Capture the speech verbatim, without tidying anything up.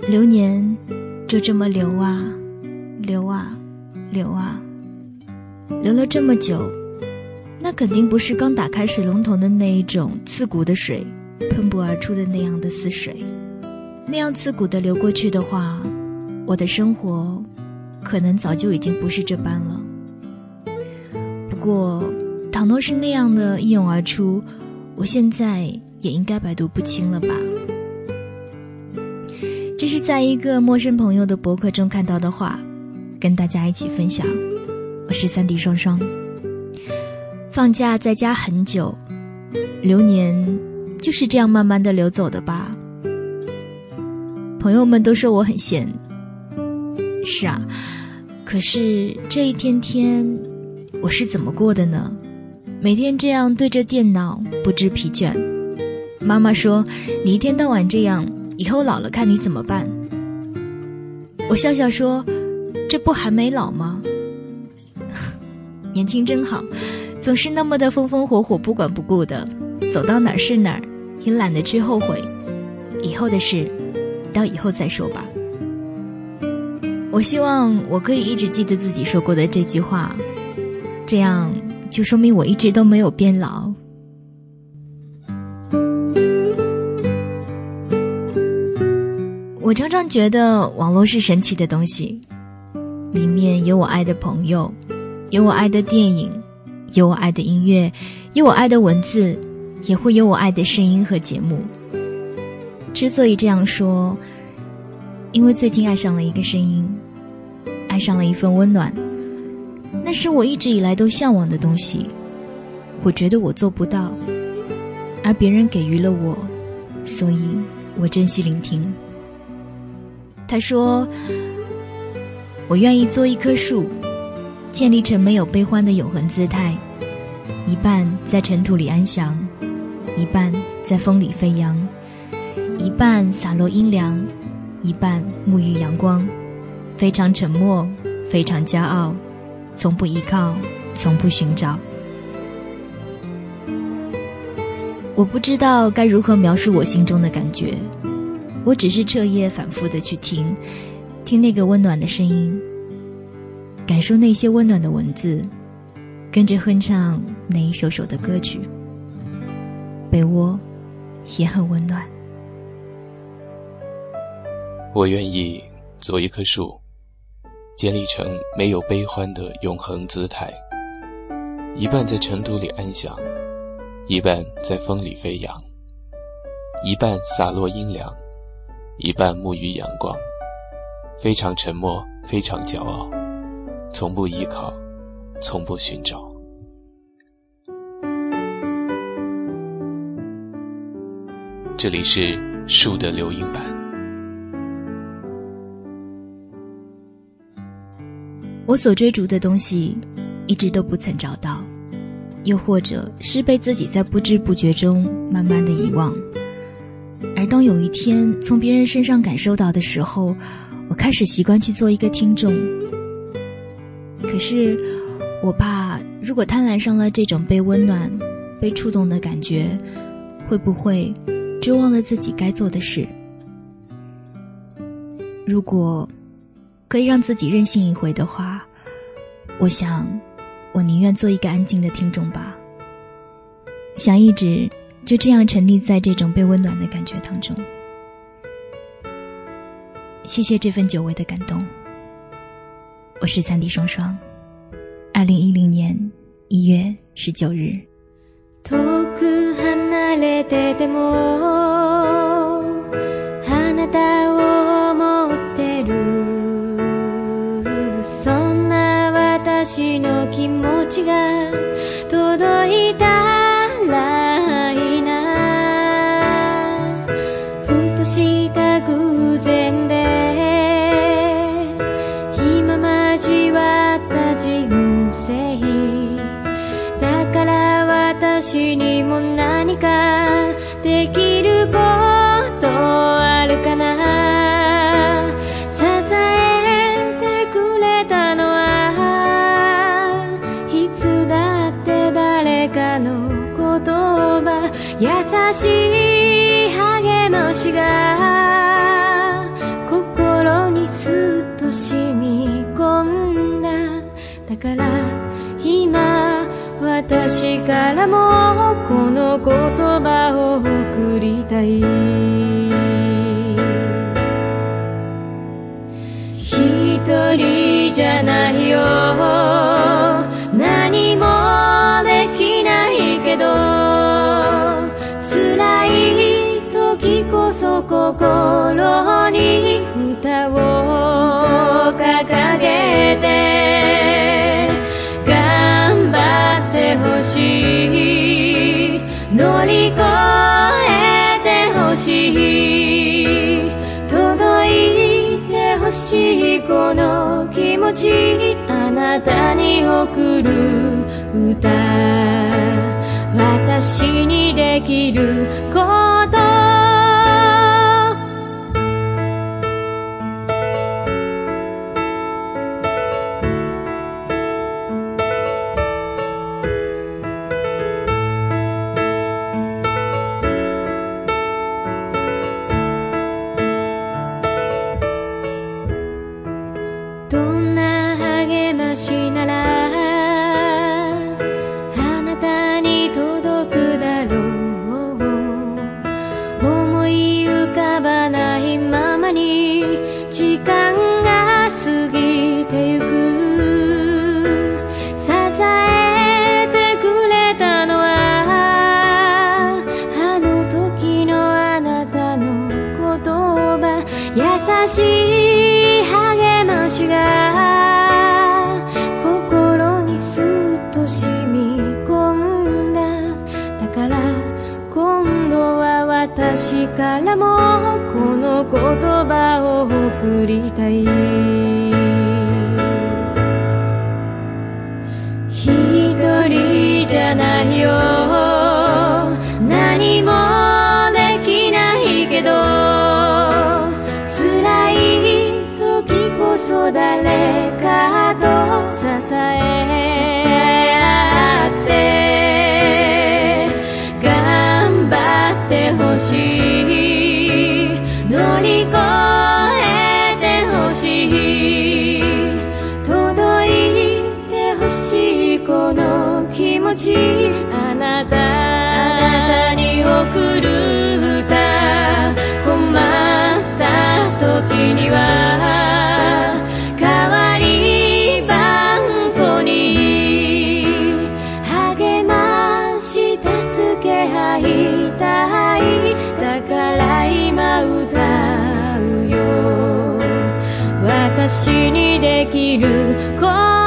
流年就这么流啊流啊流啊，流了这么久，那肯定不是刚打开水龙头的那一种刺骨的水喷薄而出的那样的似水。那样刺骨的流过去的话，我的生活可能早就已经不是这般了。不过倘若是那样的一涌而出，我现在也应该百毒不侵了吧。这是在一个陌生朋友的博客中看到的话，跟大家一起分享。我是三 D 双双。放假在家很久，流年就是这样慢慢的流走的吧。朋友们都说我很闲，是啊，可是这一天天我是怎么过的呢？每天这样对着电脑不知疲倦。妈妈说你一天到晚这样，以后老了看你怎么办。我笑笑说这不还没老吗？年轻真好，总是那么的风风火火不管不顾的，走到哪儿是哪儿，也懒得去后悔。以后的事到以后再说吧。我希望我可以一直记得自己说过的这句话，这样就说明我一直都没有变老。我常常觉得网络是神奇的东西，里面有我爱的朋友，有我爱的电影，有我爱的音乐，有我爱的文字，也会有我爱的声音和节目。之所以这样说，因为最近爱上了一个声音，爱上了一份温暖，那是我一直以来都向往的东西。我觉得我做不到，而别人给予了我，所以我珍惜聆听。他说我愿意做一棵树，建立成没有悲欢的永恒姿态，一半在尘土里安详，一半在风里飞扬，一半洒落阴凉，一半沐浴阳光，非常沉默，非常骄傲，从不依靠，从不寻找。我不知道该如何描述我心中的感觉，我只是彻夜反复地去听，听那个温暖的声音，感受那些温暖的文字，跟着哼唱那一首首的歌曲。被窝也很温暖。 我愿意做一棵树，建立成没有悲欢的永恒姿态，一半在尘土里安详，一半在风里飞扬，一半洒落阴凉，一半沐浴阳光，非常沉默，非常骄傲，从不依靠，从不寻找。这里是树的留音版。 我所追逐的东西一直都不曾找到，又或者是被自己在不知不觉中慢慢的遗忘。而当有一天从别人身上感受到的时候，我开始习惯去做一个听众。可是我怕，如果贪婪上了这种被温暖被触动的感觉，会不会就忘了自己该做的事。如果可以让自己任性一回的话，我想我宁愿做一个安静的听众吧，想一直就这样沉溺在这种被温暖的感觉当中。谢谢这份久违的感动。我是三 D 双双，二零一零年一月十九日。 遠く離れててもあなたを思ってる、そんな私の気持ちが届いたらいいな。ふとした偶然で今交わった人生だから、私にも何かできることあるかな。支えてくれたのはいつだって誰かの言葉、優しい励ましが心染み込んだ。だから今私からもこの言葉を送りたい。一人じゃないよ、何もできないけど、辛い時こそ心に歌を掲げて頑張ってほしい、乗り越えてほしい、届いてほしい、この気持ちあなたに送る歌、私にできること。どんな励ましならあなたに届くだろう。思い浮かばないままに時間が過ぎてゆく。支えてくれたのはあの時のあなたの言葉、優しい励ましが心にスッと染み込んだ。だから今度は私からもこの言葉を送りたい。一人じゃないよ、何もできないけど、辛い時こそ誰かと支え合って頑張ってほしい、乗り越えてほしい、届いてほしい、この気持ちあなた、あなたに送る歌。困った時には代わりばんこに励まし助け合いたい。だから今歌うよ、私にできること。